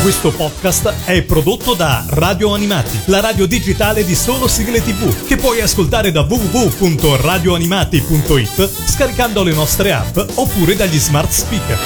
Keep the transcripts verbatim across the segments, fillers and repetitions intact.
Questo podcast è prodotto da Radio Animati, la radio digitale di solo sigle tivù, che puoi ascoltare da w w w punto radio animati punto i t scaricando le nostre app oppure dagli smart speaker.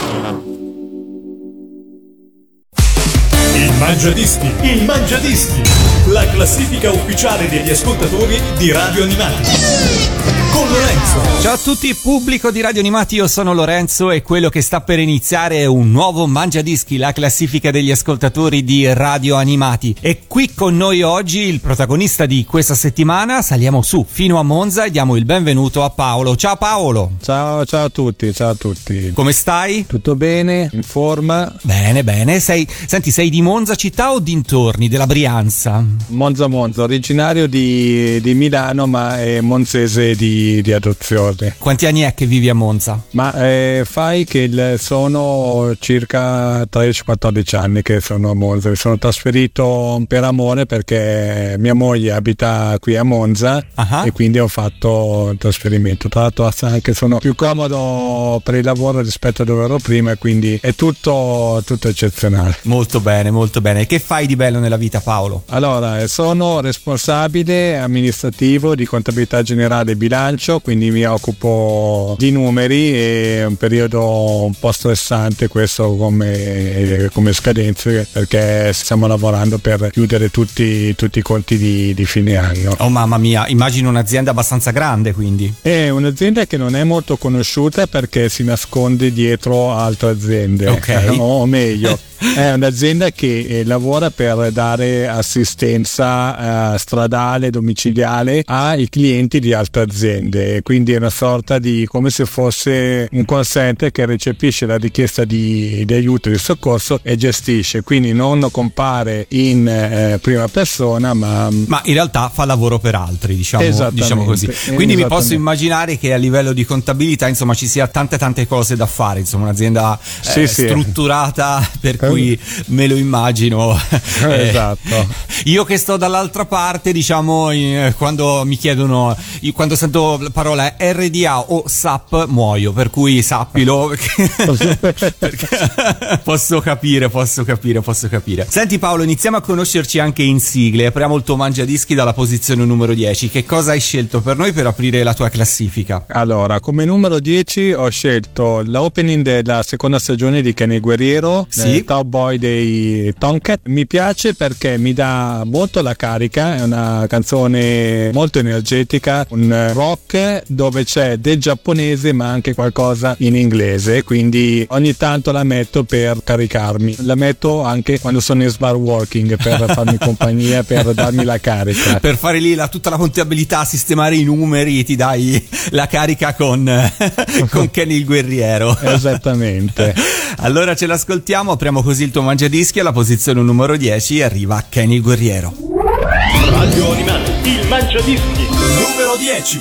Il Mangiadischi, il Mangiadischi, la classifica ufficiale degli ascoltatori di Radio Animati. Con Lorenzo. Ciao a tutti, pubblico di Radio Animati, io sono Lorenzo e quello che sta per iniziare è un nuovo Mangiadischi, la classifica degli ascoltatori di Radio Animati. E qui con noi oggi il protagonista di questa settimana. Saliamo su fino a Monza e diamo il benvenuto a Paolo. Ciao Paolo. Ciao, ciao a tutti, ciao a tutti. Come stai? Tutto bene, in forma. Bene, bene. Sei, senti, sei di Monza città o dintorni, della Brianza? Monza Monza, originario di, di Milano ma è monzese di di adozione. Quanti anni è che vivi a Monza? Ma eh, fai che il, sono circa tredici quattordici anni che sono a Monza. Mi sono trasferito per amore perché mia moglie abita qui a Monza. Uh-huh. E quindi ho fatto il trasferimento. Tra l'altro anche sono più comodo per il lavoro rispetto a dove ero prima e quindi è tutto, tutto eccezionale. Molto bene, molto bene. E che fai di bello nella vita, Paolo? Allora, sono responsabile amministrativo di contabilità generale e bilancio, quindi mi occupo di numeri. È un periodo un po' stressante questo come, come scadenze, perché stiamo lavorando per chiudere tutti, tutti i conti di, di fine anno. Oh mamma mia, immagino un'azienda abbastanza grande, quindi. È un'azienda che non è molto conosciuta perché si nasconde dietro altre aziende, okay. O meglio è un'azienda che eh, lavora per dare assistenza eh, stradale, domiciliare ai clienti di altre aziende, quindi è una sorta di, come se fosse un call center che recepisce la richiesta di, di aiuto e di soccorso e gestisce, quindi non compare in eh, prima persona ma ma in realtà fa lavoro per altri, diciamo, diciamo così. Quindi mi posso immaginare che a livello di contabilità insomma ci sia tante tante cose da fare, insomma un'azienda eh, sì, sì. strutturata, per cui me lo immagino. Esatto. Io che sto dall'altra parte, diciamo, quando mi chiedono, quando sento la parola R D A o S A P muoio, per cui sappilo perché, perché posso capire, posso capire, posso capire. Senti Paolo, iniziamo a conoscerci anche in sigle. Apriamo il tuo Mangiadischi dalla posizione numero dieci. Che cosa hai scelto per noi per aprire la tua classifica? Allora, come numero dieci ho scelto l'opening della seconda stagione di Kenny Guerriero, sì. Cowboy dei Tomcat. Mi piace perché mi dà molto la carica, è una canzone molto energetica, un rock dove c'è del giapponese ma anche qualcosa in inglese, quindi ogni tanto la metto per caricarmi, la metto anche quando sono in smart working per farmi compagnia, per darmi la carica, per fare lì la, tutta la contabilità, sistemare i numeri, ti dai la carica con, con Kenny il Guerriero. Esattamente. Allora ce l'ascoltiamo, apriamo così il tuo Mangiadischi. Alla posizione numero dieci arriva Kenny il Guerriero. Radio Animati, il Mangiadischi numero dieci.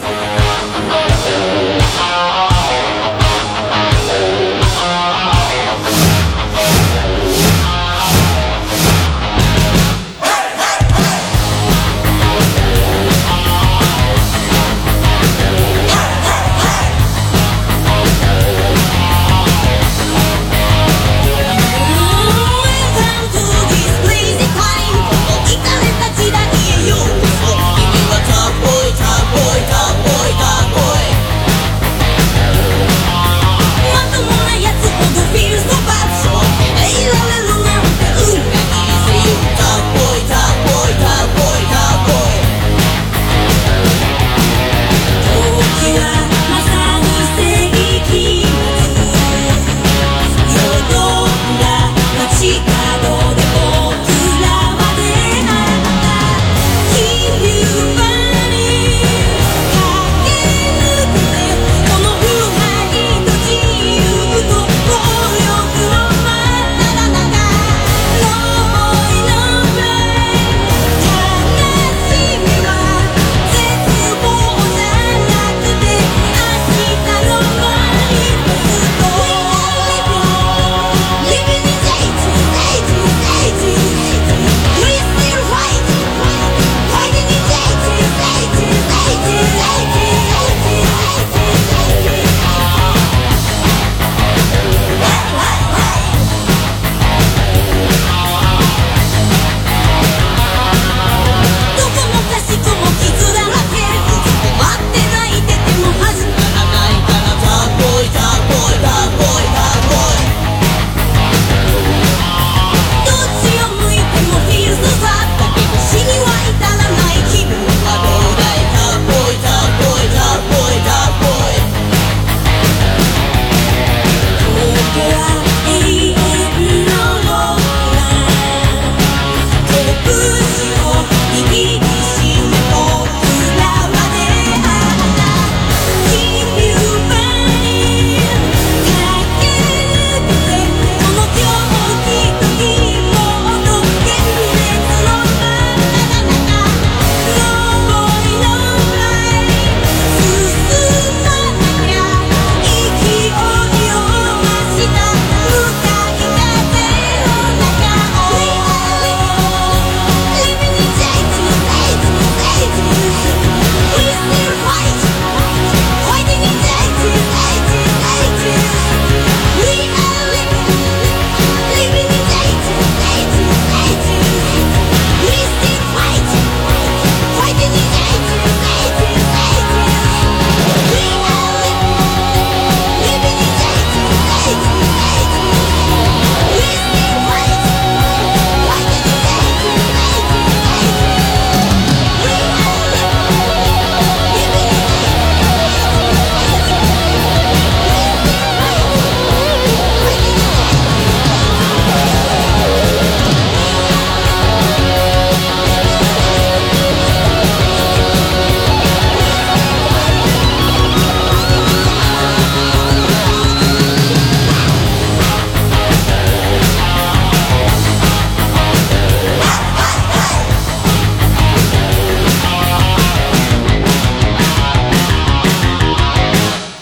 Top boy, top boy, top boy, top boy.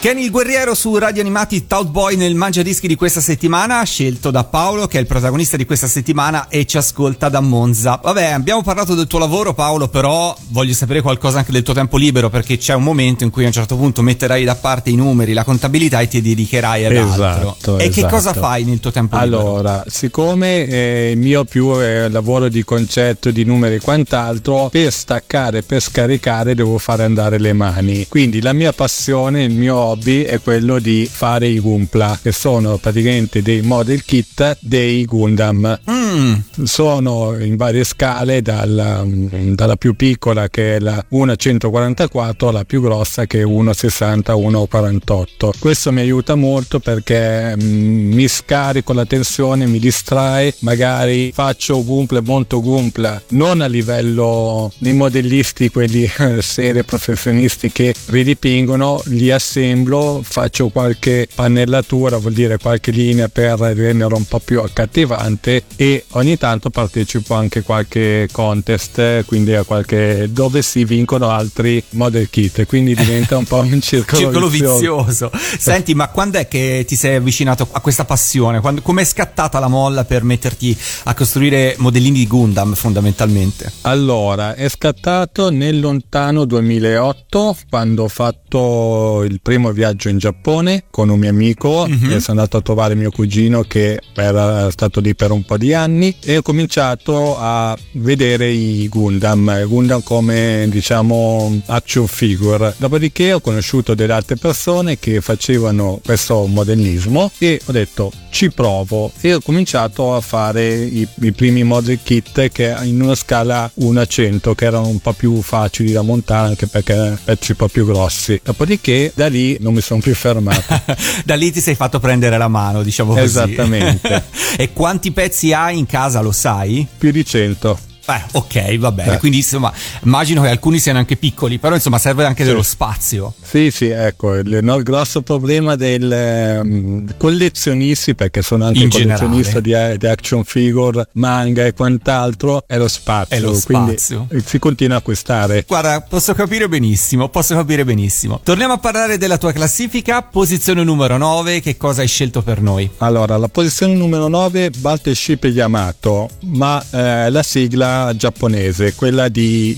Kenny il guerriero su Radio Animati, Tout Boy nel Mangia Dischi di questa settimana, scelto da Paolo che è il protagonista di questa settimana e ci ascolta da Monza. Vabbè, abbiamo parlato del tuo lavoro, Paolo, però voglio sapere qualcosa anche del tuo tempo libero, perché c'è un momento in cui a un certo punto metterai da parte i numeri, la contabilità e ti dedicherai ad esatto, altro. E esatto. che cosa fai nel tuo tempo allora, libero? Allora, siccome eh, il mio più eh, lavoro di concetto, di numeri e quant'altro, per staccare, per scaricare devo fare andare le mani. Quindi la mia passione, il mio hobby è quello di fare i Gunpla, che sono praticamente dei model kit dei Gundam. Mm. Sono in varie scale, dalla, dalla più piccola che è la uno a centoquarantaquattro alla più grossa che è uno a sessanta, uno a quarantotto. Questo mi aiuta molto perché mm, mi scarico la tensione, mi distrae, magari faccio Gunpla, monto Gunpla non a livello di modellisti, quelli seri professionisti che ridipingono, li assemblo, faccio qualche pannellatura, vuol dire qualche linea per renderlo un po' più accattivante, e ogni tanto partecipo anche a qualche contest, quindi a qualche dove si vincono altri model kit, quindi diventa un po' un circolo, circolo vizioso. vizioso. Senti, ma quando è che ti sei avvicinato a questa passione? Quando, com'è scattata la molla per metterti a costruire modellini di Gundam fondamentalmente? Allora, è scattato nel lontano duemilaotto, quando ho fatto il primo viaggio in Giappone con un mio amico, mm-hmm. e sono andato a trovare mio cugino che era stato lì per un po' di anni, e ho cominciato a vedere i Gundam, Gundam come diciamo action figure. Dopodiché ho conosciuto delle altre persone che facevano questo modellismo e ho detto ci provo, e ho cominciato a fare i, i primi model kit che in una scala uno a cento, che erano un po' più facili da montare anche perché pezzi un po' più grossi. Dopodiché da lì non mi sono più fermato. Da lì ti sei fatto prendere la mano, diciamo così. Esattamente. E quanti pezzi hai in casa, lo sai? Più di cento. Eh, ok, va bene, eh. quindi insomma immagino che alcuni siano anche piccoli, però insomma serve anche sì. dello spazio. Sì, sì, ecco, il, no, il grosso problema del um, collezionisti, perché sono anche in collezionista di, di action figure, manga e quant'altro, è lo spazio. È lo spazio. Quindi si continua a acquistare. Guarda, posso capire benissimo, posso capire benissimo. Torniamo a parlare della tua classifica, posizione numero nove, che cosa hai scelto per noi? Allora, la posizione numero nove, Battleship Yamato, ma eh, la sigla giapponese, quella di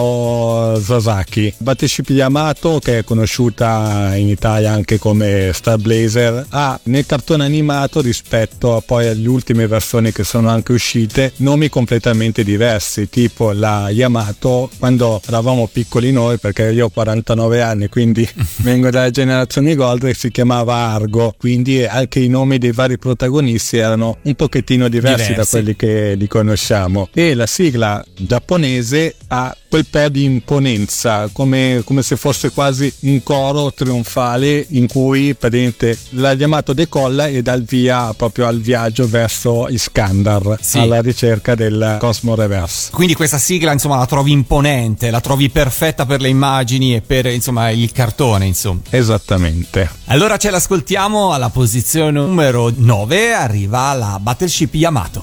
Isao Sasaki. Battleship Yamato, che è conosciuta in Italia anche come Star Blazer, ha nel cartone animato, rispetto a poi alle ultime versioni che sono anche uscite, nomi completamente diversi, tipo la Yamato quando eravamo piccoli noi, perché io ho quarantanove anni, quindi vengo dalla generazione Gold, si chiamava Argo, quindi anche i nomi dei vari protagonisti erano un pochettino diversi, diversi. da quelli che li conosciamo. E la sigla giapponese ha quel per di imponenza, come, come se fosse quasi un coro trionfale in cui praticamente la Yamato decolla e dà il via proprio al viaggio verso Iskandar, sì. alla ricerca del Cosmo Reverse. Quindi questa sigla insomma la trovi imponente, la trovi perfetta per le immagini e per insomma il cartone, insomma. Esattamente. Allora ce l'ascoltiamo. Alla posizione numero nove arriva la Battleship Yamato.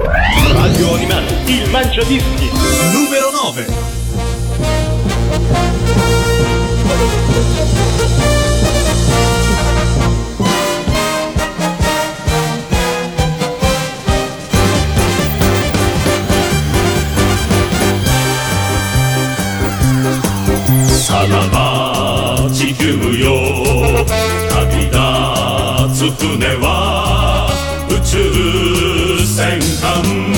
Radio Animati, il Mangiadischi numero nove. さらば地球よ旅立つ船は宇宙戦艦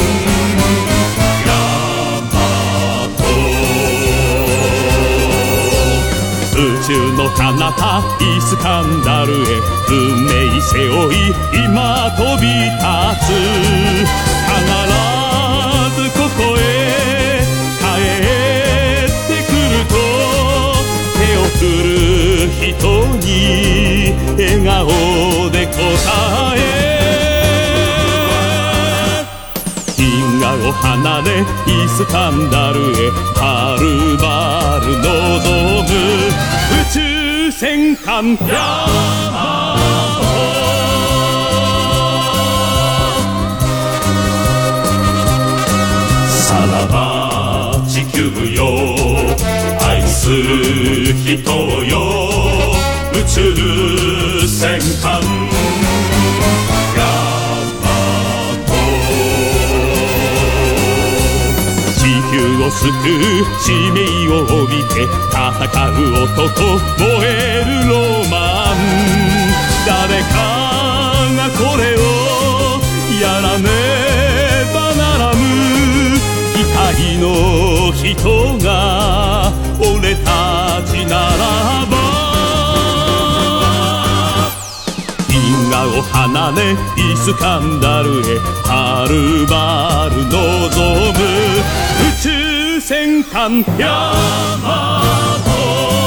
宇宙の彼方イスカンダルへ運命背負い今飛び立つ必ずここへ帰ってくると手を振る人に笑顔で答え銀河を離れイスカンダルへはるばる望む宇宙戦艦ヤマトさらば地球よ愛する人よ宇宙戦艦ヤマト地球を救う使命を帯びて戦う男燃えるロマン誰かがこれをやらねばならぬ光の人が俺たちならば銀河を離れイスカンダルへはるばる望む宇宙戦艦ヤマト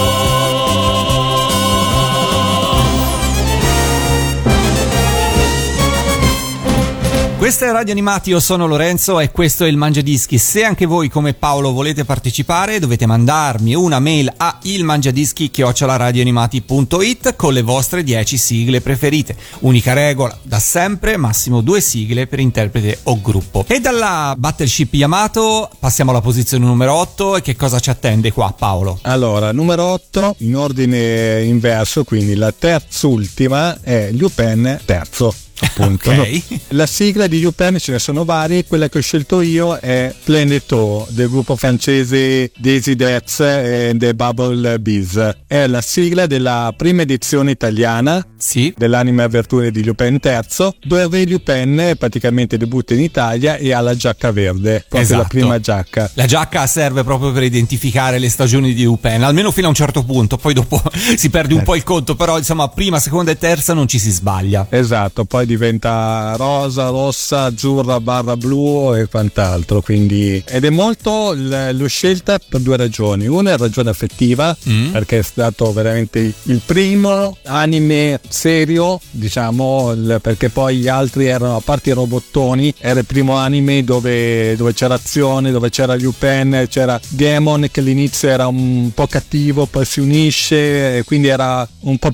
Questa è Radio Animati, io sono Lorenzo e questo è il Mangiadischi. Se anche voi come Paolo volete partecipare dovete mandarmi una mail a ilmangiadischi chiocciola radioanimati punto it con le vostre dieci sigle preferite. Unica regola, da sempre massimo due sigle per interprete o gruppo. E dalla Battleship Yamato passiamo alla posizione numero otto e che cosa ci attende qua Paolo? Allora, numero otto in ordine inverso, quindi la terzultima è Lupin terzo. Appunto. Okay. La sigla di Lupin ce ne sono varie, quella che ho scelto io è Planeto del gruppo francese Daisy Dets e The Bubble Bees. È la sigla della prima edizione italiana sì. dell'anime avventure di Lupin terzo, dove Lupin praticamente debutta in Italia e ha la giacca verde, proprio esatto. la prima giacca. La giacca serve proprio per identificare le stagioni di Lupin, almeno fino a un certo punto, poi dopo si perde un eh. po' il conto, però insomma prima, seconda e terza non ci si sbaglia. Esatto, poi diventa rosa, rossa, azzurra, barra blu e quant'altro, quindi ed è molto l- l'ho scelta per due ragioni. Una è ragione affettiva, mm. perché è stato veramente il primo anime serio, diciamo, l- perché poi gli altri erano, a parte i robottoni, era il primo anime dove, dove c'era azione, dove c'era Lupin, c'era Demon che all'inizio era un po' cattivo, poi si unisce e quindi era un po'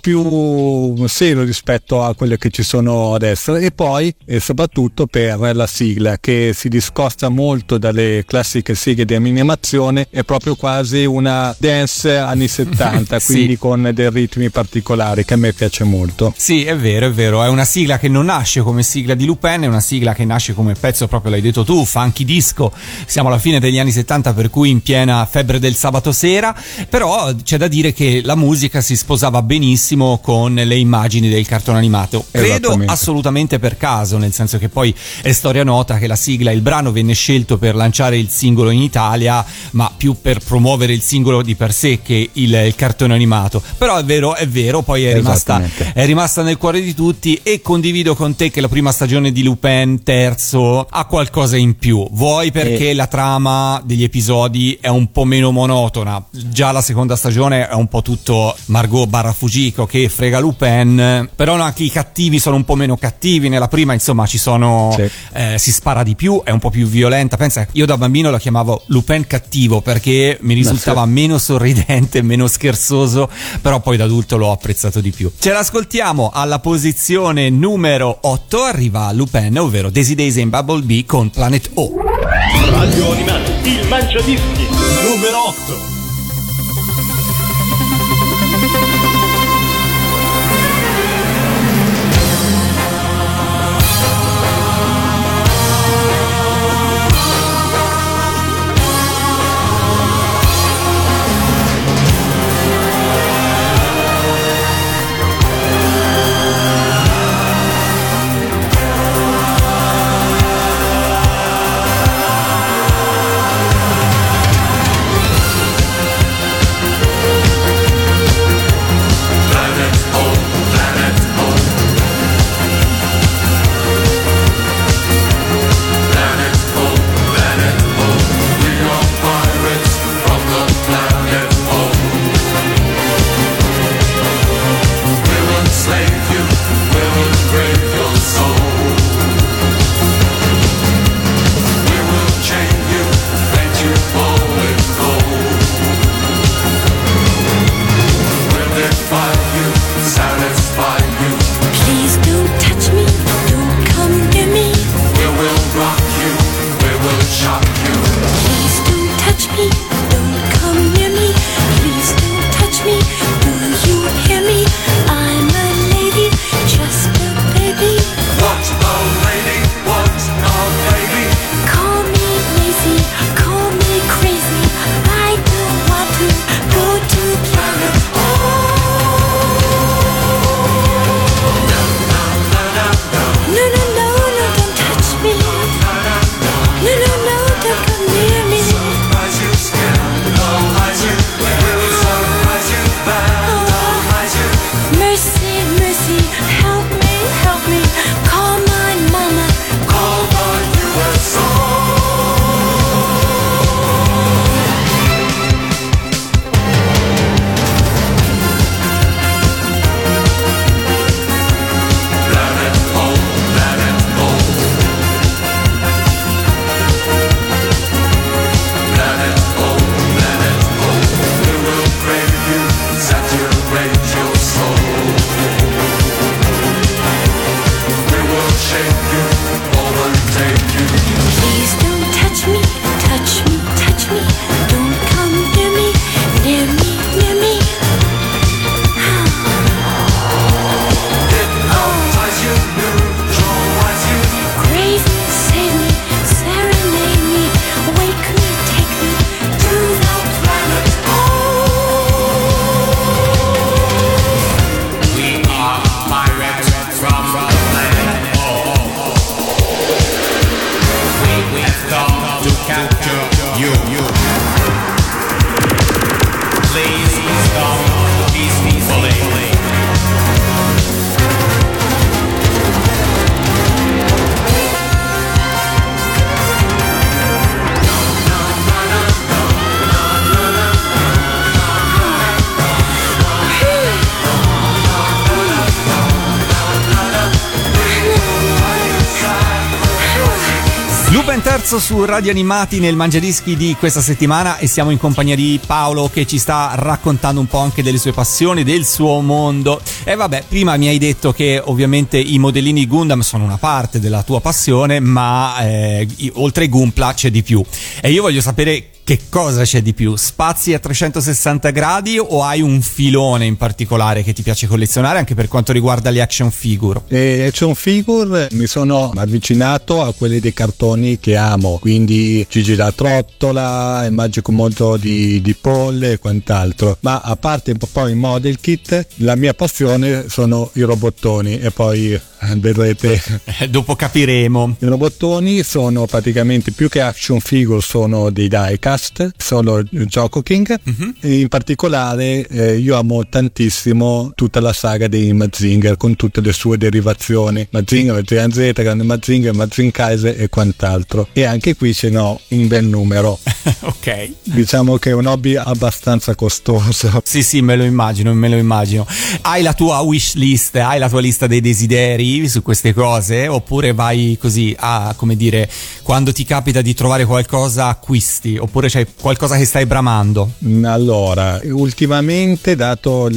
più serio rispetto a quello che ci sono adesso. E poi e soprattutto per la sigla che si discosta molto dalle classiche sigle di animazione, è proprio quasi una dance anni settanta sì. quindi con dei ritmi particolari che a me piace molto. Sì, è vero, è vero, è una sigla che non nasce come sigla di Lupin, è una sigla che nasce come pezzo, proprio l'hai detto tu, funky disco. Siamo alla fine degli anni settanta, per cui in piena febbre del sabato sera, però c'è da dire che la musica si sposava benissimo con le immagini del cartone animato. Credo assolutamente assolutamente per caso, nel senso che poi è storia nota che la sigla, il brano venne scelto per lanciare il singolo in Italia, ma più per promuovere il singolo di per sé che il, il cartone animato. Però è vero, è vero, poi è rimasta, è rimasta nel cuore di tutti, e condivido con te che la prima stagione di Lupin terzo ha qualcosa in più. Vuoi perché eh. la trama degli episodi è un po' meno monotona, già la seconda stagione è un po' tutto Margot barra Fujiko che frega Lupin, però anche i cattivi sono un po' meno cattivi. Nella prima insomma ci sono sì. eh, si spara di più, è un po' più violenta. Pensa, io da bambino la chiamavo Lupin cattivo perché mi risultava sì. meno sorridente, meno scherzoso, però poi da adulto l'ho apprezzato di più. Ce l'ascoltiamo alla posizione numero otto, arriva Lupin, ovvero Daisy Daisy and Bubble Bee con Planet O. Radio Animati, il Mangiadischi numero otto. Don't come near me, please don't touch me. Do you hear me? Lupen Terzo su Radio Animati nel Mangiadischi di questa settimana, e siamo in compagnia di Paolo che ci sta raccontando un po' anche delle sue passioni, del suo mondo. E vabbè, prima mi hai detto che ovviamente i modellini Gundam sono una parte della tua passione, ma eh, oltre ai Gunpla c'è di più. E io voglio sapere che cosa c'è di più, spazi a trecentosessanta gradi o hai un filone in particolare che ti piace collezionare anche per quanto riguarda le action figure? E action figure mi sono avvicinato a quelli dei cartoni che amo, quindi Gigi la Trottola, il Magico Mondo di, di Paul e quant'altro, ma a parte un po' poi i model kit, la mia passione sono i robottoni, e poi vedrete eh, dopo capiremo. I robottoni sono praticamente, più che action figure, sono dei diecast, sono Gioco King. Mm-hmm. E in particolare eh, io amo tantissimo tutta la saga dei Mazinger con tutte le sue derivazioni, Mazinger, Mazinger Z, Grande Mazinger, Mazinger Kaiser e quant'altro, e anche qui ce n'ho in bel numero. Ok, diciamo che è un hobby abbastanza costoso. Sì sì, me lo immagino, me lo immagino. Hai la tua wish list, hai la tua lista dei desideri su queste cose, oppure vai così a, come dire, quando ti capita di trovare qualcosa acquisti, oppure c'è qualcosa che stai bramando? Allora, ultimamente, dato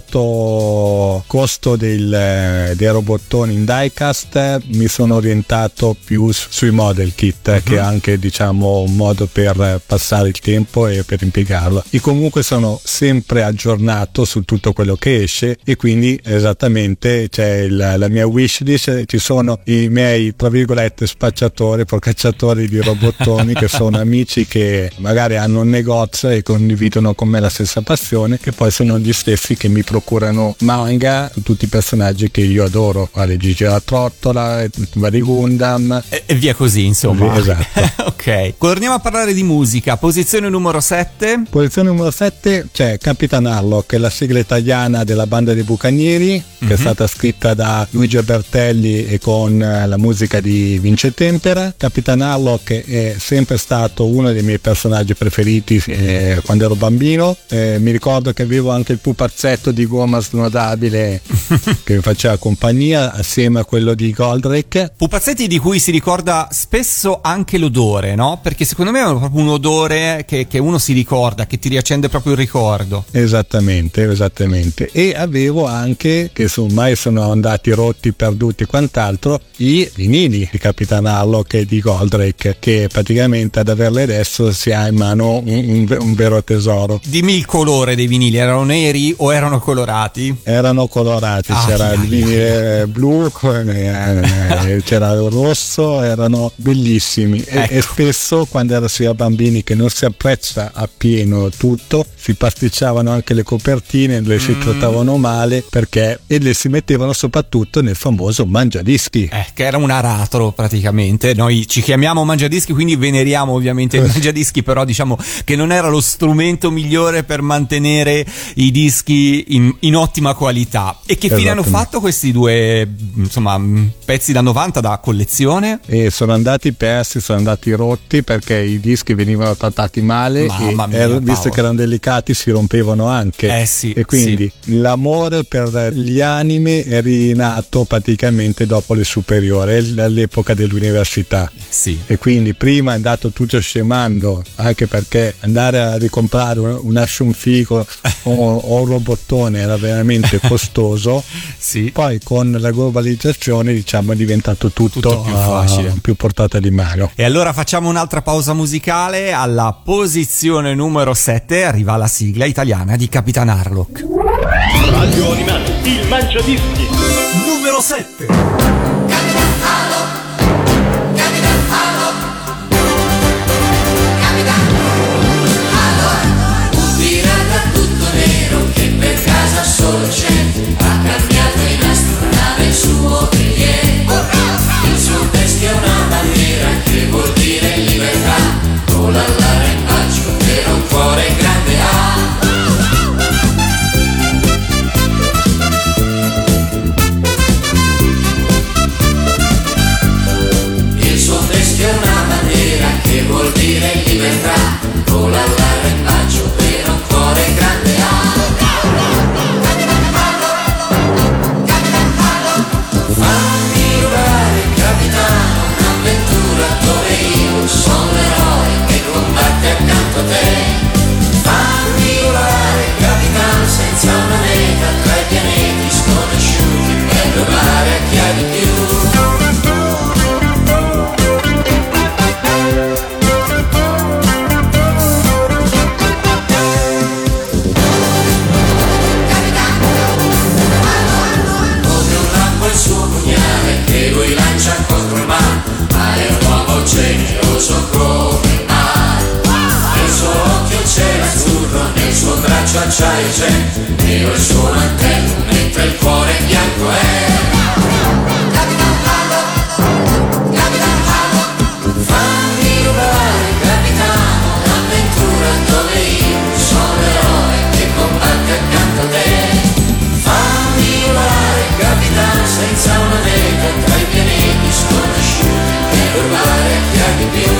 l'elevato costo del, dei robottoni in diecast, mi sono orientato più sui model kit, uh-huh. che è anche, diciamo, un modo per passare il tempo e per impiegarlo. E comunque sono sempre aggiornato su tutto quello che esce, e quindi esattamente c'è il, la mia wish list, ci sono i miei, tra virgolette, spacciatori, procacciatori di robottoni che sono amici che magari hanno un negozio e condividono con me la stessa passione, che poi sono gli stessi che mi procurano manga, tutti i personaggi che io adoro, vale Gigi la Trottola, vari Gundam e, e via così, insomma. Esatto. Ok, torniamo a parlare di musica. Posizione numero sette. Posizione numero sette c'è Capitan Harlock, la sigla italiana della Banda dei Bucanieri, che mm-hmm. è stata scritta da Luigi Bertelli e con la musica di Vince Tempera. Capitan Harlock è sempre stato uno dei miei personaggi preferiti eh, quando ero bambino. Eh, mi ricordo che avevo anche il pupazzetto di gomma snodabile che mi faceva compagnia assieme a quello di Goldrake. Pupazzetti di cui si ricorda spesso anche l'odore, no? Perché secondo me è proprio un odore che, che uno si ricorda, che ti riaccende proprio il ricordo. Esattamente, esattamente. E avevo anche, che ormai sono andati rotti, perduti e quant'altro, i vinili di Capitan Harlock e di Goldrake, che praticamente ad averli adesso si ha in mano un, un, un vero tesoro. Dimmi il colore dei vinili, erano neri o erano colorati? Erano colorati, ah, c'era il vinile blu, c'era il rosso, erano bellissimi. Ecco. E, e spesso quando si era bambini che non si apprezza appieno tutto, si pasticciavano anche le copertine, le si mm. trattavano male, perché e le si mettevano soprattutto nel famoso mangiadischi, eh, che era un aratro praticamente. Noi ci chiamiamo mangiadischi, quindi veneriamo ovviamente il mangiadischi, però diciamo che non era lo strumento migliore per mantenere i dischi in, in ottima qualità. E che fine hanno fatto questi due, insomma, pezzi da novanta da collezione? E sono andati persi, sono andati rotti, perché i dischi venivano trattati male. Mamma e mia, er, visto che erano delicati si rompevano anche, eh sì, e quindi sì. l'amore per gli anime è rinato praticamente dopo le superiori, all'epoca dell'università. Sì. E quindi prima è andato tutto scemando, anche perché andare a ricomprare un action figure o, o un robottone era veramente costoso. Sì. Poi con la globalizzazione, diciamo, è diventato tutto, tutto più facile, uh, più portata di mano. E allora facciamo un'altra pausa musicale. Alla posizione numero sette arriva la sigla italiana di Capitan Harlock. Radio Animati, il mangiadischi numero sette. Capitan Harlock, Capitan Harlock, Capitan Harlock, un pirata tutto nero che per casa solo c'è, ha cambiato in astronave il suo biglietto, il suo teschio è una bandiera che vuol dire libertà, vola all'arrembaggio per un cuore grande ha. acciaio c'è, io il suo mantello, mentre il cuore bianco è. Capitan Harlock, Capitan Harlock, fammi rubare, capitano, un'avventura dove io sono l'eroe che combatte accanto a te. Fammi rubare, capitano, senza una meta, tra i pianeti sconosciuti, per rubare a chi ha di più.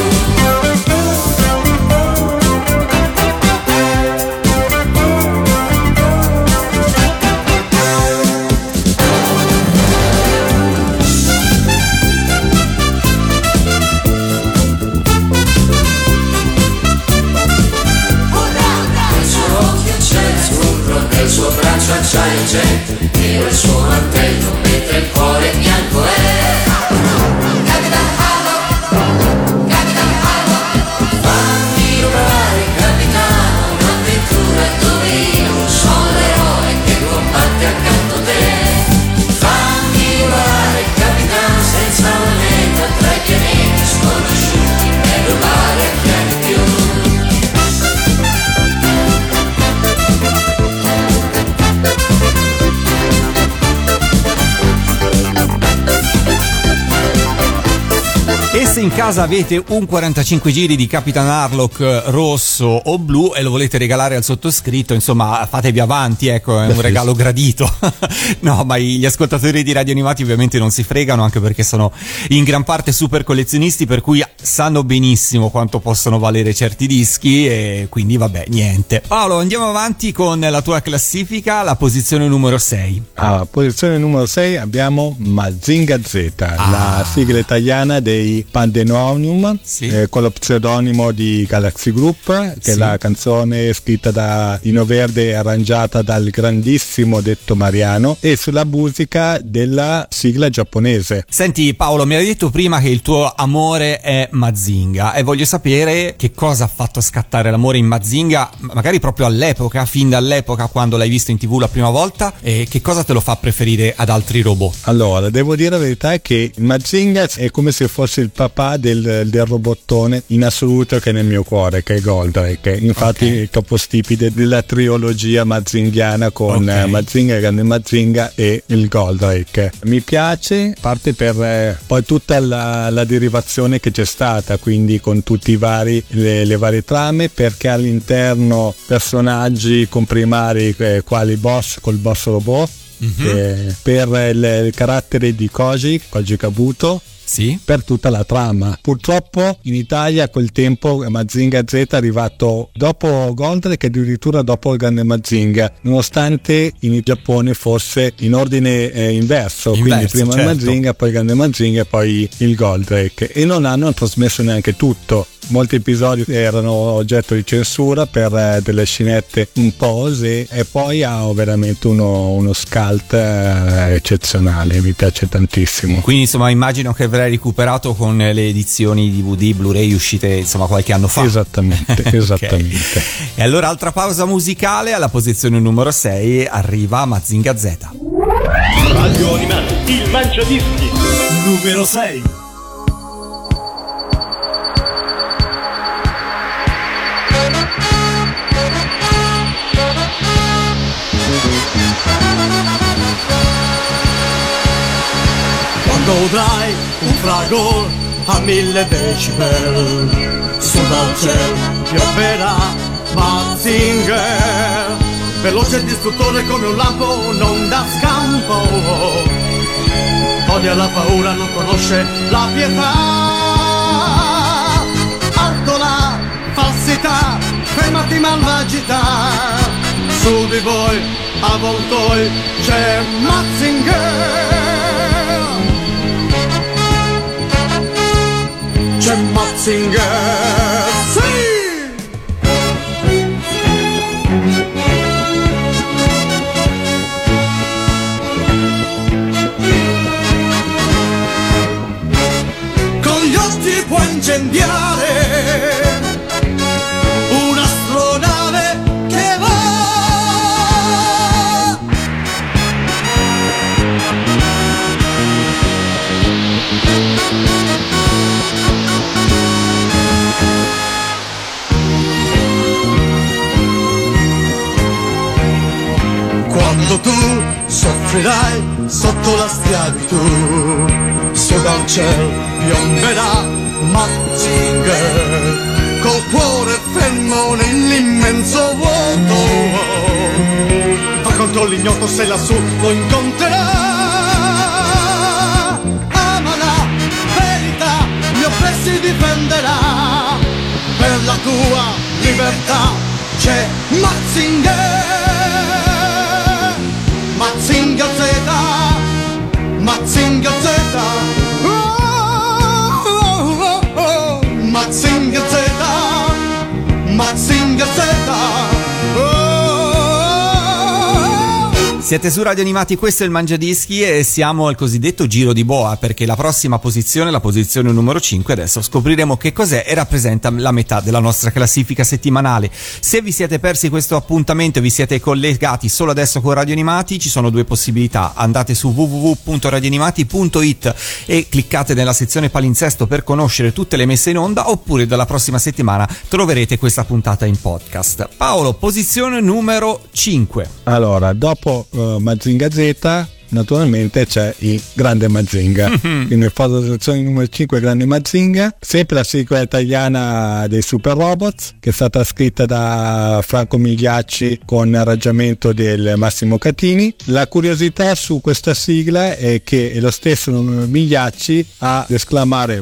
Nel suo braccio acciaio c'è, io il suo mantello, mentre il cuore bianco è. Capitan Harlock, Capitan Harlock, fammi rubare, capitano, un'avventura dove io sono l'eroe che combatte accanto a te. Fammi rubare, capitano, senza una meta, tra i pianeti sconosciuti, per rubare a chi ha di più. E se in casa avete un quarantacinque giri di Capitan Harlock rosso o blu e lo volete regalare al sottoscritto, insomma fatevi avanti, ecco, è un regalo gradito. No, ma gli ascoltatori di Radio Animati ovviamente non si fregano, anche perché sono in gran parte super collezionisti, per cui sanno benissimo quanto possono valere certi dischi, e quindi vabbè, niente. Paolo, andiamo avanti con la tua classifica, la posizione numero sei. Alla posizione numero sei abbiamo Mazinga Z, Ah. la sigla italiana dei Pandemonium, Sì. eh, con lo pseudonimo di Galaxy Group, che Sì. è la canzone scritta da Dino Verde e arrangiata dal grandissimo Detto Mariano, e sulla musica della sigla giapponese. Senti Paolo, mi hai detto prima che il tuo amore è Mazinga, e voglio sapere che cosa ha fatto scattare l'amore in Mazinga, magari proprio all'epoca, fin dall'epoca quando l'hai visto in TV la prima volta, e che cosa te lo fa preferire ad altri robot? Allora, devo dire la verità è che Mazinga è come se fosse il papà del, del robottone in assoluto che è nel mio cuore, che è Goldrake. Infatti Ok. il capostipite della trilogia mazinghiana con Ok. eh, Mazinga, il grande Mazinga e il Goldrake. Mi piace, parte per eh, poi tutta la, la derivazione che c'è stata, quindi con tutti i vari le, le varie trame, perché all'interno personaggi comprimari eh, quali boss col boss robot, Mhm. eh, per il, il carattere di Koji, Koji Kabuto, Sì? per tutta la trama. Purtroppo in Italia a quel tempo Mazinga Z è arrivato dopo Goldrake e addirittura dopo il grande Mazinga, nonostante in Giappone fosse in ordine eh, inverso, Inverso, quindi prima certo. il Mazinga, poi il grande Mazinga e poi il Goldrake, e non hanno trasmesso neanche tutto. Molti episodi erano oggetto di censura per eh, delle scenette un po' osé, e poi ha veramente uno, uno scalt eh, eccezionale, mi piace tantissimo. Quindi insomma immagino che avrai recuperato con le edizioni D V D, Blu-ray uscite insomma qualche anno fa. Esattamente, Ok. esattamente. E allora altra pausa musicale, alla posizione numero sei arriva Mazinga Z. Radio Animati, il mangiadischi. Numero sei. Quando udrai un fragor a mille decibel, su dal cielo pioverà Mazinger, veloce e distruttore come un lampo, non dà scampo, odia la paura, non conosce la pietà, alto la falsità, fermati malvagità, su di voi avvoltoi c'è Mazinger. C'è Mazinger, sì! Con gli occhi può incendiare un'astronave che va. soffrirai sotto la schiavitù, su dal cielo piomberà Mazinger, col cuore fermo nell'immenso vuoto, va contro l'ignoto se lassù lo incontrerà. Ama la verità, gli oppressi difenderà, per la tua libertà c'è Mazinger. Mazinger Z, Mazinger Z, oh, oh, oh, oh. Mazinger Z, Mazinger Z, oh. Siete su Radio Animati, questo è il Mangiadischi e siamo al cosiddetto giro di boa, perché la prossima posizione, la posizione numero cinque, adesso scopriremo che cos'è e rappresenta la metà della nostra classifica settimanale. Se vi siete persi questo appuntamento e vi siete collegati solo adesso con Radio Animati, ci sono due possibilità: andate su w w w punto radio animati punto i t e cliccate nella sezione palinsesto per conoscere tutte le messe in onda, oppure dalla prossima settimana troverete questa puntata in podcast. Paolo, posizione numero cinque. Allora, dopo uh, Mazinger Z naturalmente c'è il Grande Mazinga, mm-hmm. Quindi posizione numero cinque Grande Mazinga, sempre la sigla italiana dei Super Robots, che è stata scritta da Franco Migliacci con arrangiamento del Massimo Catini. La curiosità su questa sigla è che è lo stesso Migliacci a esclamare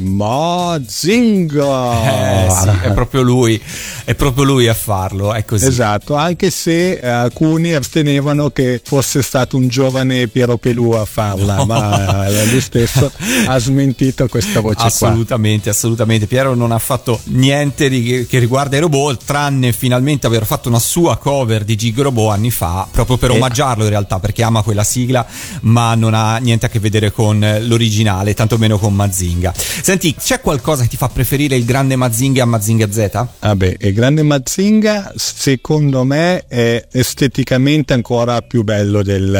Mazinga, eh, sì, è proprio lui è proprio lui a farlo, è così. Esatto, anche se eh, alcuni astenevano che fosse stato un giovane Piero Pelù a farla, no. Ma lui stesso ha smentito questa voce assolutamente, qua. Assolutamente, Piero non ha fatto niente di, che riguarda i robot, tranne finalmente aver fatto una sua cover di Gig Robot anni fa, proprio per eh. omaggiarlo in realtà, perché ama quella sigla, ma non ha niente a che vedere con l'originale, tantomeno con Mazinga. Senti, c'è qualcosa che ti fa preferire il Grande Mazinga a Mazinga Z? Vabbè, il Grande Mazinga secondo me è esteticamente ancora più bello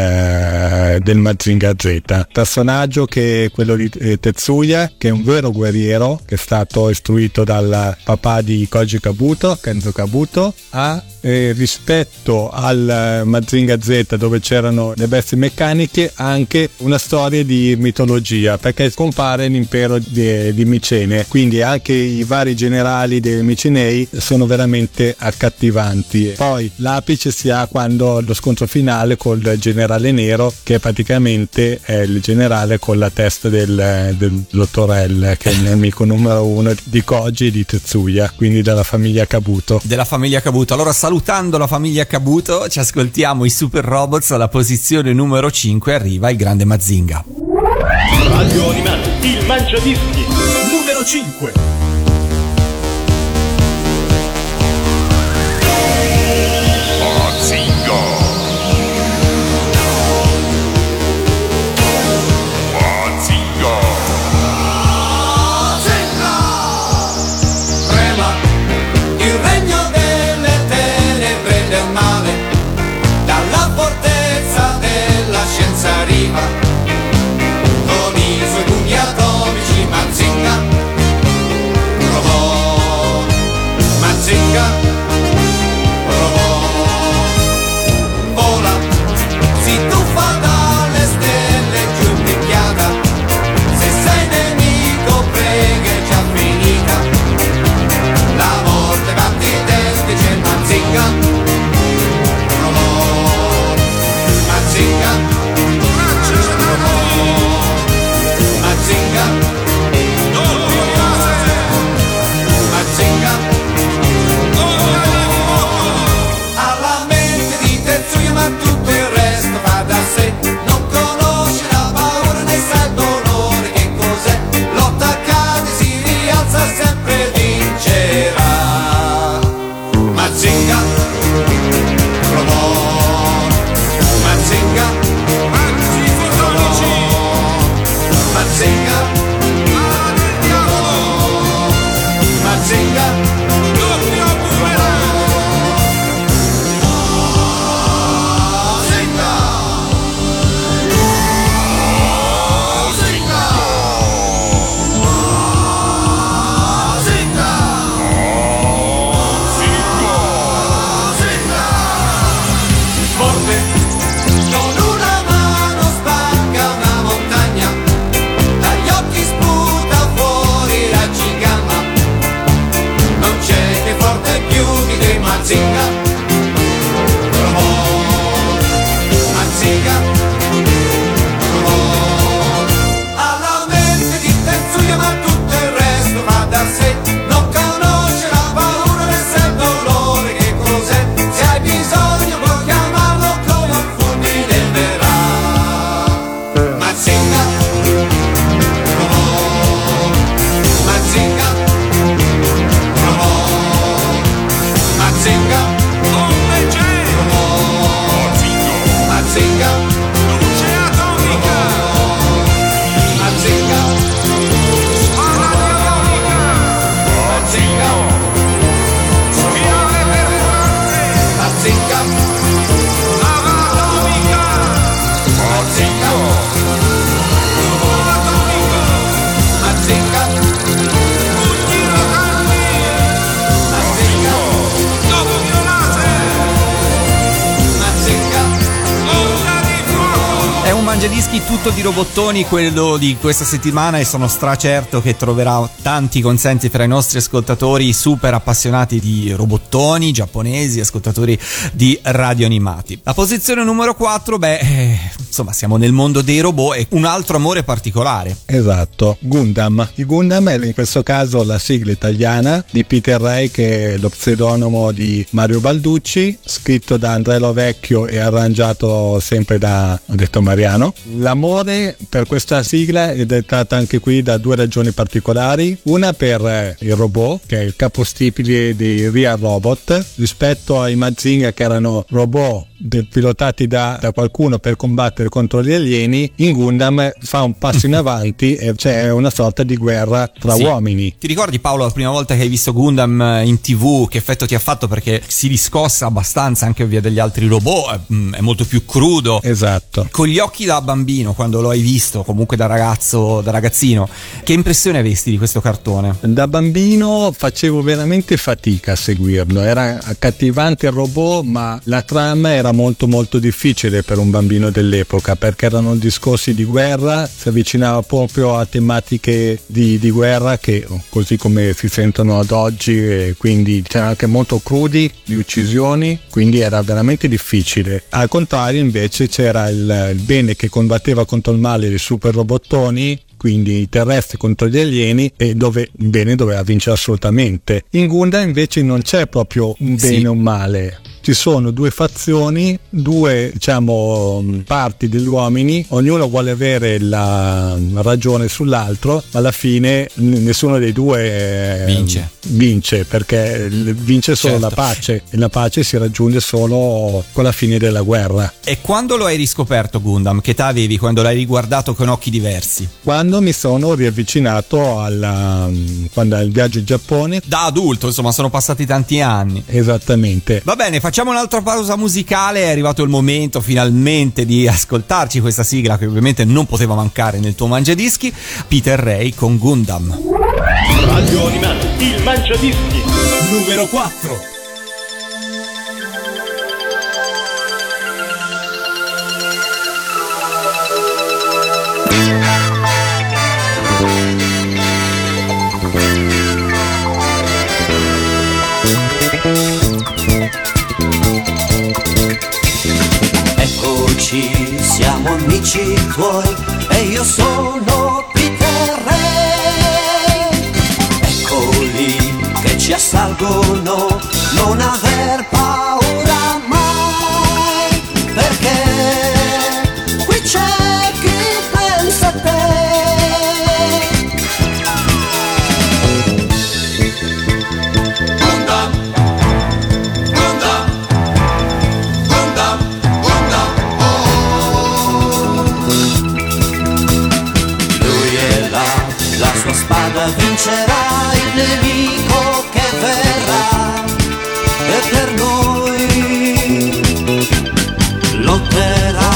del del Mazinger Z, personaggio che è quello di eh, Tetsuya, che è un vero guerriero, che è stato istruito dal papà di Koji Kabuto, Kenzo Kabuto, ha eh, rispetto al Mazinger Z dove c'erano le bestie meccaniche anche una storia di mitologia, perché compare l'impero di, di Micene, quindi anche i vari generali dei Micenei sono veramente accattivanti. Poi l'apice si ha quando lo scontro finale col generale nero, che praticamente è il generale con la testa del, del dottor L, che è il nemico numero uno di Koji e di Tetsuya, quindi della famiglia Kabuto. Della famiglia Kabuto. Allora, salutando la famiglia Kabuto, ci ascoltiamo i Super Robots. Alla posizione numero cinque arriva il Grande Mazinga. Radio Animati, il Mangiadischi numero cinque. Con i suoi pugni atomici Mazinga Mangiadischi tutto di robottoni, quello di questa settimana, e sono stracerto che troverà tanti consensi tra i nostri ascoltatori super appassionati di robottoni giapponesi, ascoltatori di radio animati. La posizione numero quattro, beh, eh, insomma siamo nel mondo dei robot e un altro amore particolare. Esatto, Gundam. Il Gundam è in questo caso la sigla italiana di Peter Ray, che è lo pseudonimo di Mario Balducci, scritto da Andrea Lovecchio e arrangiato sempre da, ho detto Mariano. L'amore per questa sigla è dettata anche qui da due ragioni particolari: una per il robot, che è il capostipite dei Real Robot, rispetto ai Mazinga, che erano robot pilotati da, da qualcuno per combattere contro gli alieni. In Gundam fa un passo in avanti e c'è una sorta di guerra tra sì. uomini. Ti ricordi, Paolo, la prima volta che hai visto Gundam in tv, che effetto ti ha fatto? Perché si riscossa abbastanza anche via degli altri robot, è molto più crudo. Esatto. Con gli occhi da bambino, quando lo hai visto, comunque da ragazzo, da ragazzino, che impressione avesti di questo cartone? Da bambino facevo veramente fatica a seguirlo, era accattivante il robot, ma la trama era molto molto difficile per un bambino dell'epoca, perché erano discorsi di guerra, si avvicinava proprio a tematiche di, di guerra che così come si sentono ad oggi, e quindi c'erano anche molto crudi, di uccisioni, quindi era veramente difficile. Al contrario invece c'era il, il bene che combatteva contro il male, dei super robottoni, quindi i terrestri contro gli alieni, e dove il bene doveva vincere assolutamente. In Gundam invece non c'è proprio un bene sì. o un male. Ci sono due fazioni, due diciamo parti degli uomini, ognuno vuole avere la ragione sull'altro, ma alla fine nessuno dei due vince, vince perché vince solo certo. la pace, e la pace si raggiunge solo con la fine della guerra. E quando lo hai riscoperto Gundam? Che età avevi quando l'hai riguardato con occhi diversi? Quando mi sono riavvicinato alla, quando al viaggio in Giappone. Da adulto, insomma, sono passati tanti anni. Esattamente. Va bene, facciamo Facciamo un'altra pausa musicale, è arrivato il momento finalmente di ascoltarci questa sigla che ovviamente non poteva mancare nel tuo Mangiadischi, Peter Ray con Gundam. Radio Animati, il Mangiadischi numero quattro. Siamo amici tuoi e io sono Peter Ray. Eccoli che ci assalgono, non aver paura mai, perché qui c'è chi pensa a te. Gundam, Gundam, Gundam, Gundam. La sua spada vincerà il nemico che verrà, e per noi lotterà.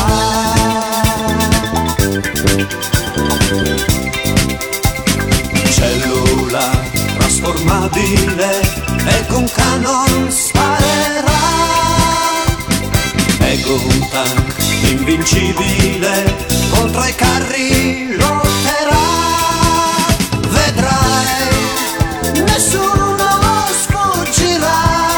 Cellula trasformabile e con canon sparerà, e con tank invincibile contro i carri lotterà. Vedrai, nessuno sfuggirà.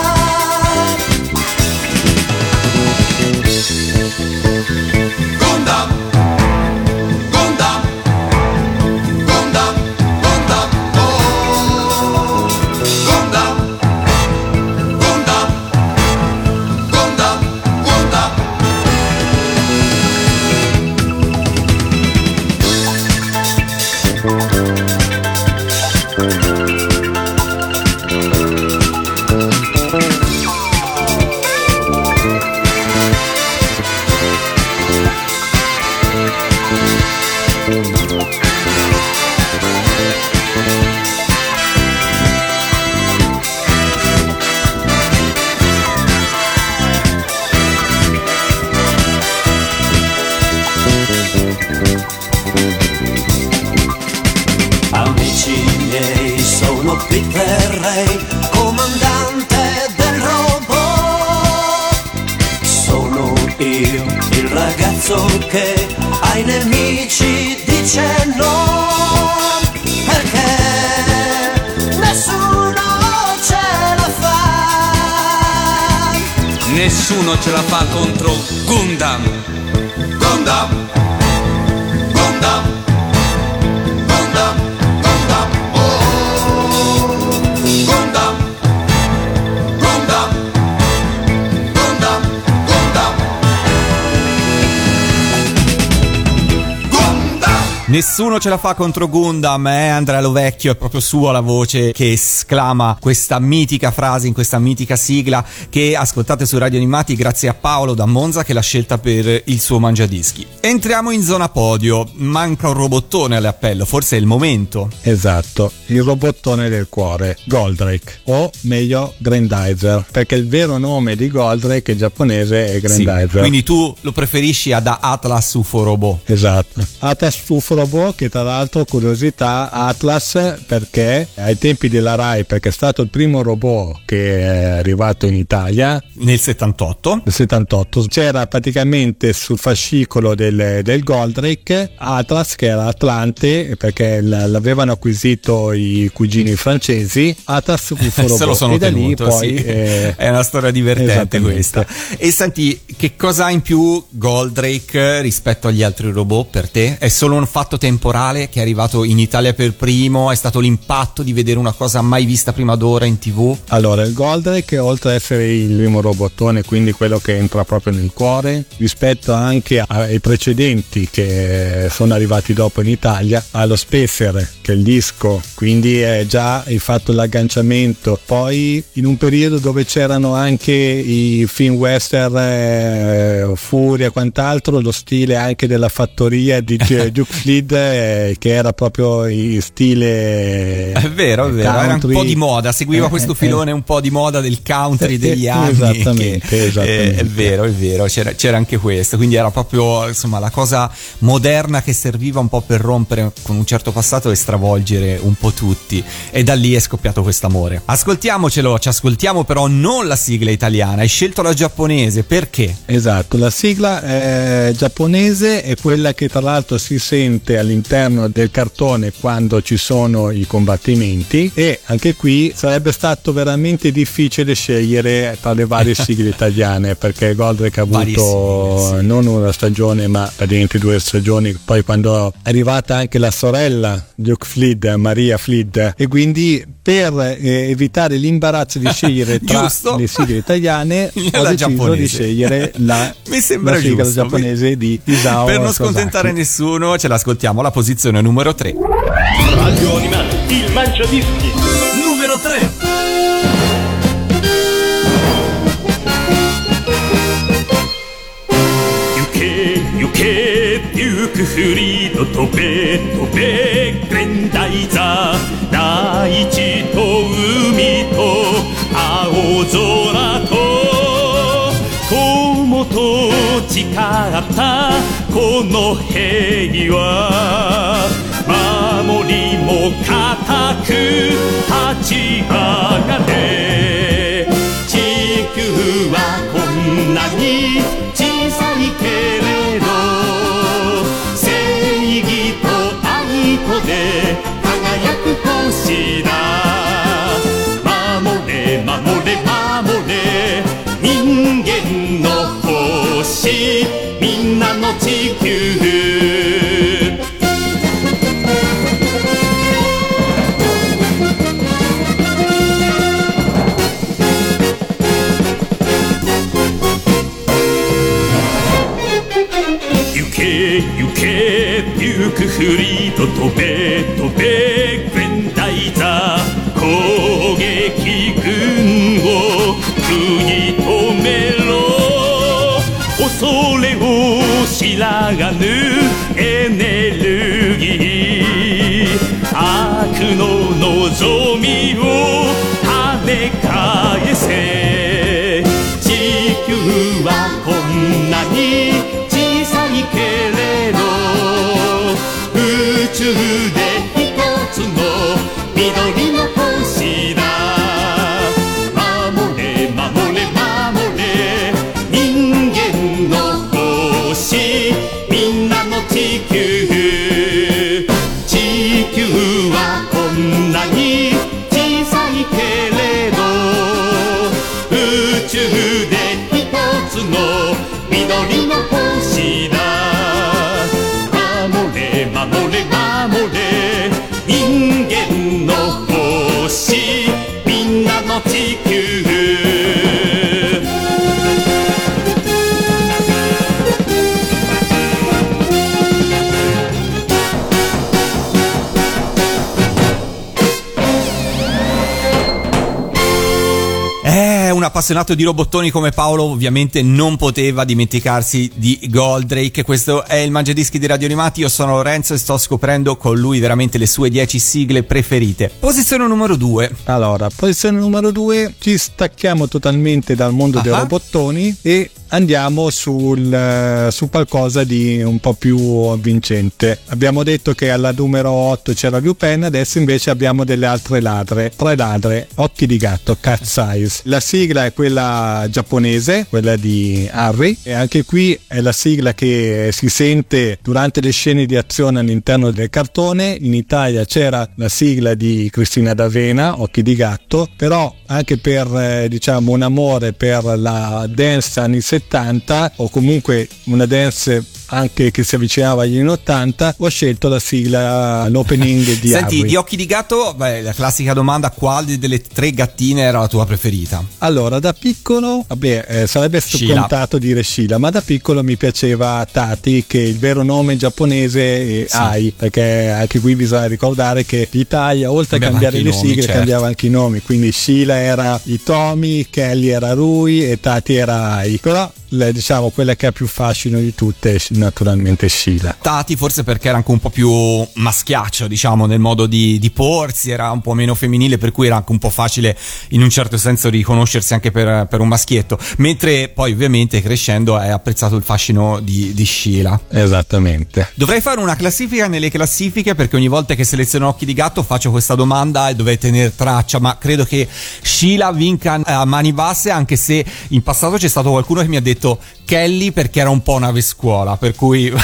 Gundam, Gundam, Gundam, Gundam, oh. Gundam, Gundam, Gundam, Gundam. Amici miei, sono Peter Ray, comandante del robot. Sono io, il ragazzo che ha ai nemici dice no, perché nessuno ce la fa. Nessuno ce la fa contro Gundam. Gundam, Gundam, Gundam, Gundam, oh, Gundam, Gundam, Gundam, Gundam, Gundam. Nessuno ce la fa contro Gundam, eh? Andrea Lovecchio, è proprio sua la voce che esclama questa mitica frase in questa mitica sigla che ascoltate su Radio Animati grazie a Paolo da Monza che l'ha scelta per il suo mangiadischi. Entriamo in zona podio, manca un robottone all'appello, forse è il momento. Esatto, il robottone del cuore, Goldrake, o meglio Grandizer, perché il vero nome di Goldrake in giapponese è Grandizer. Sì, quindi tu lo preferisci ad Atlas U F O Robot. Esatto, Atlas U F O Robot, che tra l'altro, curiosità, Atlas perché ai tempi della Rai, perché è stato il primo robot che è arrivato in Italia Nel settantotto. nel settantotto, c'era praticamente sul fascicolo del, del Goldrake Atlas, che era Atlante, perché l- l'avevano acquisito i cugini francesi, Atlas U F O Robot. Se lo sono e da lì tenuto, poi sì. eh, È una storia divertente esattamente. questa. E senti, che cosa ha in più Goldrake rispetto agli altri robot per te? È solo un fatto temporale che è arrivato in Italia per primo? È stato l'impatto di vedere una cosa mai vista prima d'ora in tv? Allora, il Goldrake, oltre ad essere il primo robottone, quindi quello che entra proprio nel cuore, rispetto anche ai precedenti che sono arrivati dopo in Italia, allo Spacer, che è il disco, quindi è già il fatto l'agganciamento. Poi in un periodo dove c'erano anche i film western, eh, Furia e quant'altro, lo stile anche della fattoria di Duke Fleet, eh, che era proprio in stile È vero, è vero, country. era un po' di moda, seguiva Eh, questo eh, filone un po' di moda del country degli anni. Esattamente, che, esattamente. eh, è vero, è vero, c'era, c'era anche questo, quindi era proprio insomma la cosa moderna che serviva un po' per rompere con un certo passato e stravolgere un po' tutti, e da lì è scoppiato quest'amore. Ascoltiamocelo, ci ascoltiamo però non la sigla italiana, hai scelto la giapponese, perché? Esatto, la sigla eh, giapponese è quella che tra l'altro si sente all'interno del cartone quando ci sono i combattimenti, e anche qui sarebbe stato veramente difficile scegliere tra le varie sigle italiane, perché Goldrake ha Varie avuto sigle, sì. non una stagione ma praticamente due stagioni, poi quando è arrivata anche la sorella Duke Fleet, Maria Fleet, e quindi per eh, evitare l'imbarazzo di scegliere tra Giusto. le sigle italiane La ho deciso giapponese. di scegliere la, Mi sembra la sigla giusto. giapponese di Isao Per non Sasaki. scontentare nessuno, ce l'ascoltiamo alla posizione numero tre. Radio Animati, il mangiadischi. Numero tre. 行け行けデュークフリード飛べ飛べグレンダイザー大地と海と青空と友と誓ったこの平和守りも固く立ち上がれ地球はこんなに小さいけれど正義と愛とで輝く星だ守れ守れ守れ人間の星みんなの地球行け行けデュークフリード飛べ飛べグレンダイザー攻撃軍を食い止めろ恐れを知らがぬエネルギー悪の望みを跳ね返せ地球はこんなに小さいけれど宇宙で一つの緑の星だ守れ守れ守れ人間の星みんなの地つの緑の星だ守れ守れ守れ人間の星みんなの地球 Un appassionato di robottoni come Paolo ovviamente non poteva dimenticarsi di Goldrake. Questo è il Mangiadischi di Radio Animati. Io sono Lorenzo e sto scoprendo con lui veramente le sue dieci sigle preferite. Posizione numero due. Allora, posizione numero due, ci stacchiamo totalmente dal mondo uh-huh. dei robottoni e andiamo sul, su qualcosa di un po' più avvincente. Abbiamo detto che alla numero otto c'era Lupin, adesso invece abbiamo delle altre ladre, tre ladre, occhi di gatto, Cat's Eyes. La sigla è quella giapponese, quella di Harry, e anche qui è la sigla che si sente durante le scene di azione all'interno del cartone. In Italia c'era la sigla di Cristina D'Avena, Occhi di gatto, però anche per eh, diciamo un amore per la dance anni settanta o comunque una dance anche che si avvicinava agli anni ottanta, ho scelto la sigla, l'opening di Senti, Harry. di Occhi di gatto, beh, la classica domanda, quale delle tre gattine era la tua preferita? Allora, da piccolo, vabbè, eh, sarebbe scontato dire Sheila, ma da piccolo mi piaceva Tati, che il vero nome giapponese è sì. Ai, perché anche qui bisogna ricordare che l'Italia, oltre a cambiare le nomi, sigle, certo. cambiava anche i nomi, quindi Sheila era Hitomi, Kelly era Rui e Tati era Ai, però diciamo quella che ha più fascino di tutte è naturalmente Sheila. Tati forse perché era anche un po' più maschiaccio, diciamo, nel modo di, di porsi, era un po' meno femminile, per cui era anche un po' facile in un certo senso riconoscersi anche per, per un maschietto, mentre poi ovviamente crescendo hai apprezzato il fascino di, di Sheila. Esattamente. Dovrei fare una classifica nelle classifiche, perché ogni volta che seleziono Occhi di gatto faccio questa domanda e dovrei tenere traccia, ma credo che Sheila vinca a mani basse, anche se in passato c'è stato qualcuno che mi ha detto Kelly perché era un po' nave scuola, per cui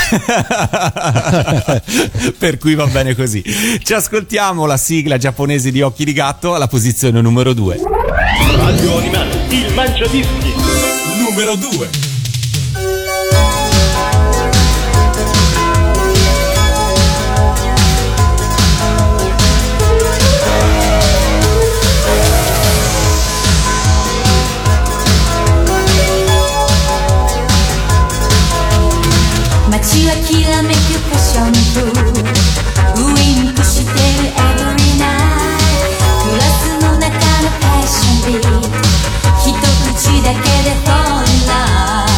per cui va bene così. Ci ascoltiamo la sigla giapponese di Occhi di gatto alla posizione numero due. Radio Animati, il Mangiadischi numero due. 街はきらめくファッション風ウインクしてる every night クラスの中のファッションビート一口だけで fall in love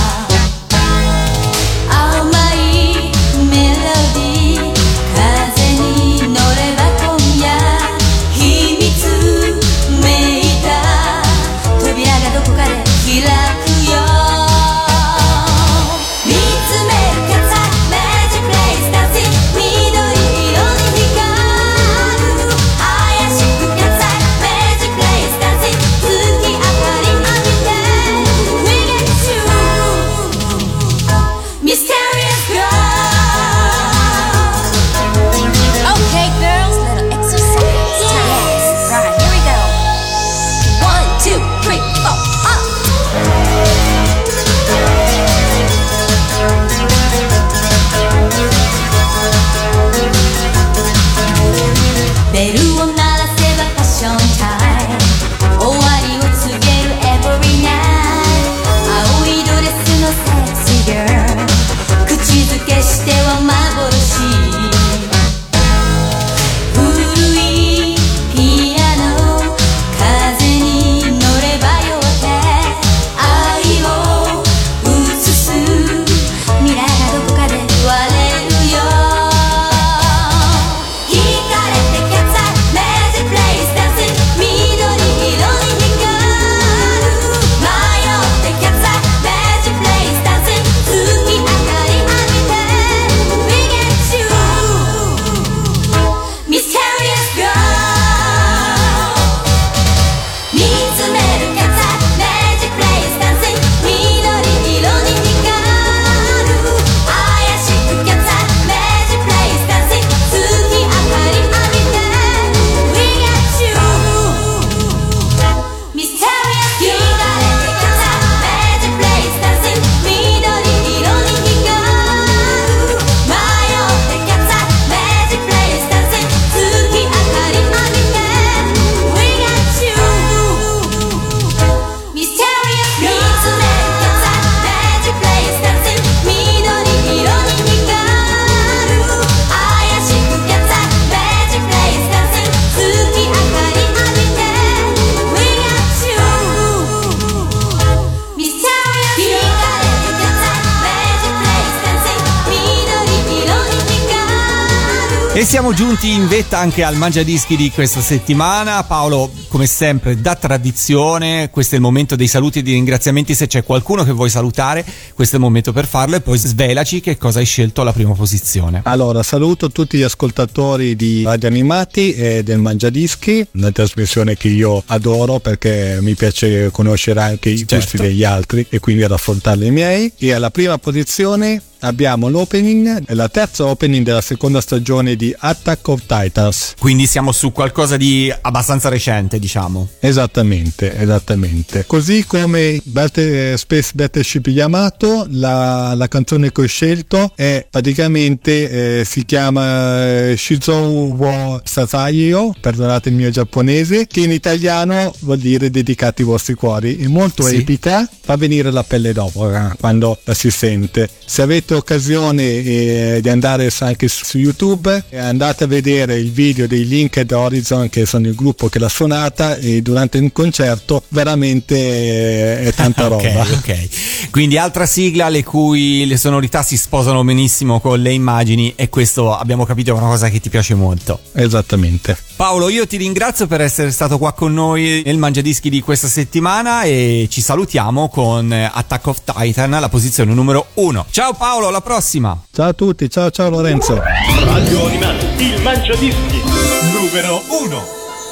siamo giunti in vetta anche al Mangiadischi di questa settimana. Paolo, come sempre, da tradizione, questo è il momento dei saluti e dei ringraziamenti. Se c'è qualcuno che vuoi salutare, questo è il momento per farlo, e poi svelaci che cosa hai scelto alla prima posizione. Allora, saluto tutti gli ascoltatori di Radio Animati e del Mangiadischi, una trasmissione che io adoro perché mi piace conoscere anche i certo. gusti degli altri e quindi raffrontare i miei. E alla prima posizione abbiamo l'opening, la terza opening della seconda stagione di Attack of Titans. Quindi siamo su qualcosa di abbastanza recente, diciamo. Esattamente, esattamente. Così come Battle, Space Battleship Yamato, la, la canzone che ho scelto è praticamente eh, si chiama eh, Shizou wo Sasayo, perdonate il mio giapponese, che in italiano vuol dire dedicati ai vostri cuori. È molto sì. epica, fa venire la pelle d'oca quando la si sente. Se avete occasione eh, di andare anche su YouTube, eh, andate a vedere il video dei Linked Horizon, che sono il gruppo che l'ha suonata, e durante un concerto veramente eh, è tanta roba. Ok, ok. Quindi altra sigla le cui le sonorità si sposano benissimo con le immagini, e questo abbiamo capito è una cosa che ti piace molto. Esattamente. Paolo, io ti ringrazio per essere stato qua con noi nel Mangiadischi di questa settimana, e ci salutiamo con Attack of Titan, la posizione numero uno. Ciao Paolo, alla prossima. Ciao a tutti, ciao ciao Lorenzo. Radio Animati, il Mangiadischi Numero uno.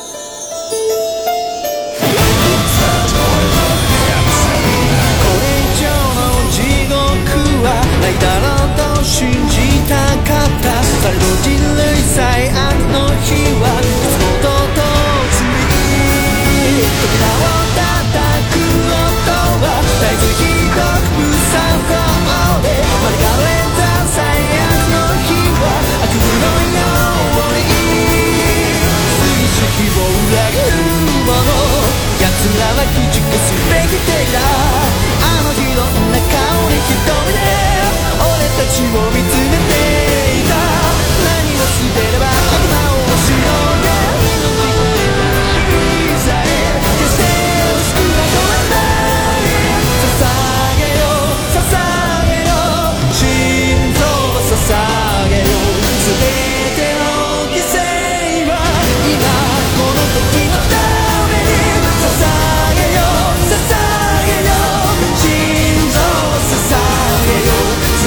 ないだろうと信じたかった最後人類最悪の日はいつもと同時に扉を叩く音は絶えずひどく無作法でマリカレンザー最悪の日は悪夢のように水式を裏切るもの奴らは駆逐すべき敵だあの日どんな顔に瞳で俺たちを見つめていた何を捨てれば悪魔をしのげ命さえ決して薄くは取らない捧げよ捧げよ心臓を捧げよ全ての犠牲は今この時のために捧げよ捧げよ心臓を捧げよ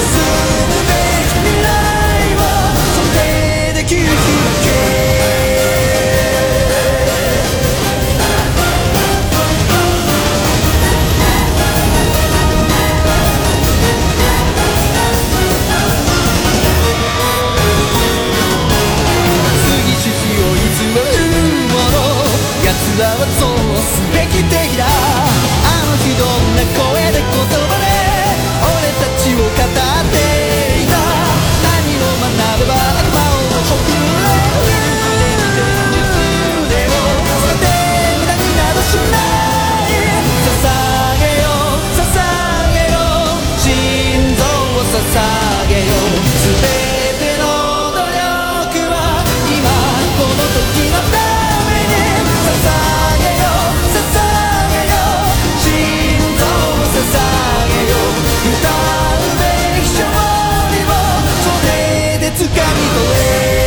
奴らはそうすべき敵だあの日どんな声で言葉で俺たちを語っていた何を学べば悪魔をほくれる腕を捨てて無駄になどしない捧げよ捧げよ心臓を捧げよ全ての努力は今この時のために捧げよ捧げよ心臓を捧げよ歌うべき勝利を袖で掴み取れ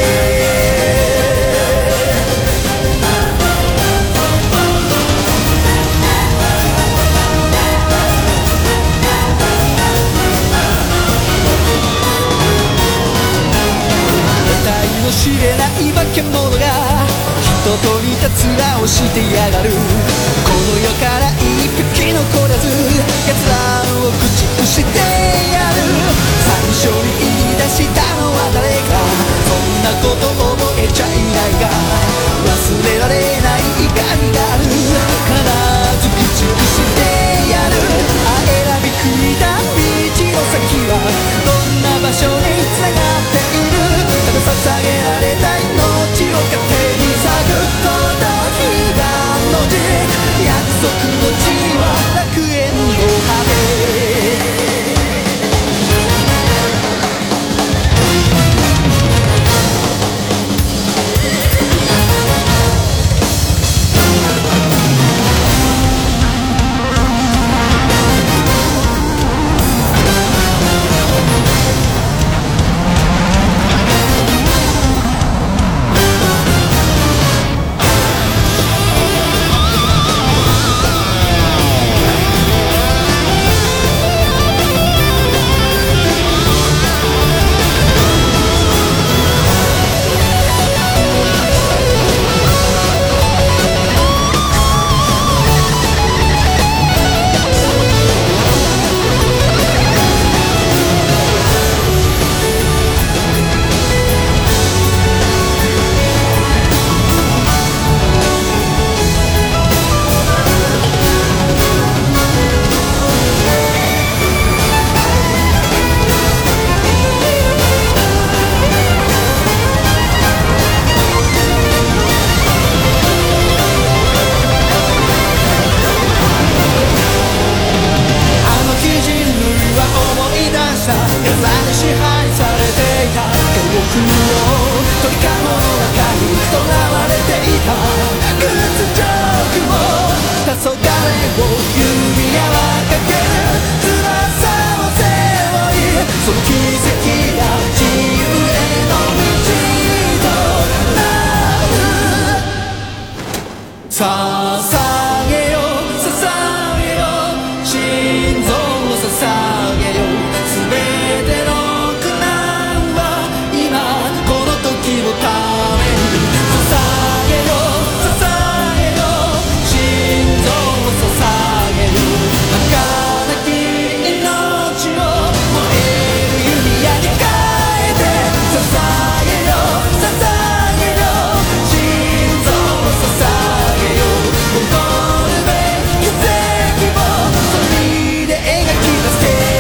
得体の知れない化け物が人と似た面をしてやがるこの世から一匹残らず奴らを駆逐してやる最初に言い出したのは誰かそんなこと覚えちゃいないが忘れられない怒りがある必ず駆逐してやるあ選び食いた道の先はどんな場所に繋がっているただ捧げられた命を勝手に咲くこの日がの字指輪はかける翼を背負いその奇跡や自由への道となる捧げよ捧げよ心臓を捧げよすべての苦難は今この時のために捧げよ捧げよ心臓を捧げよ儚き命を燃える弓矢に変えて捧げよ捧げよ心臓を捧げよ起こるべき奇跡を鳥で描き出せ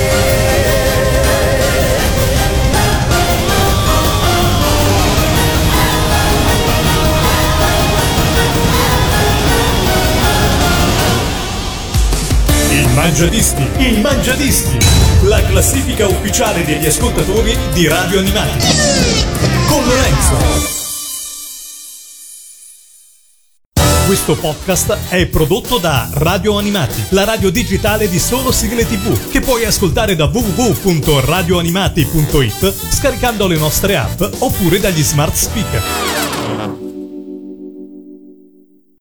I Mangiadischi, i Mangiadischi, la classifica ufficiale degli ascoltatori di Radio Animati. Con Lorenzo. Questo podcast è prodotto da Radio Animati, la radio digitale di solo sigle tivù, che puoi ascoltare da w w w punto radio animati punto it scaricando le nostre app oppure dagli smart speaker.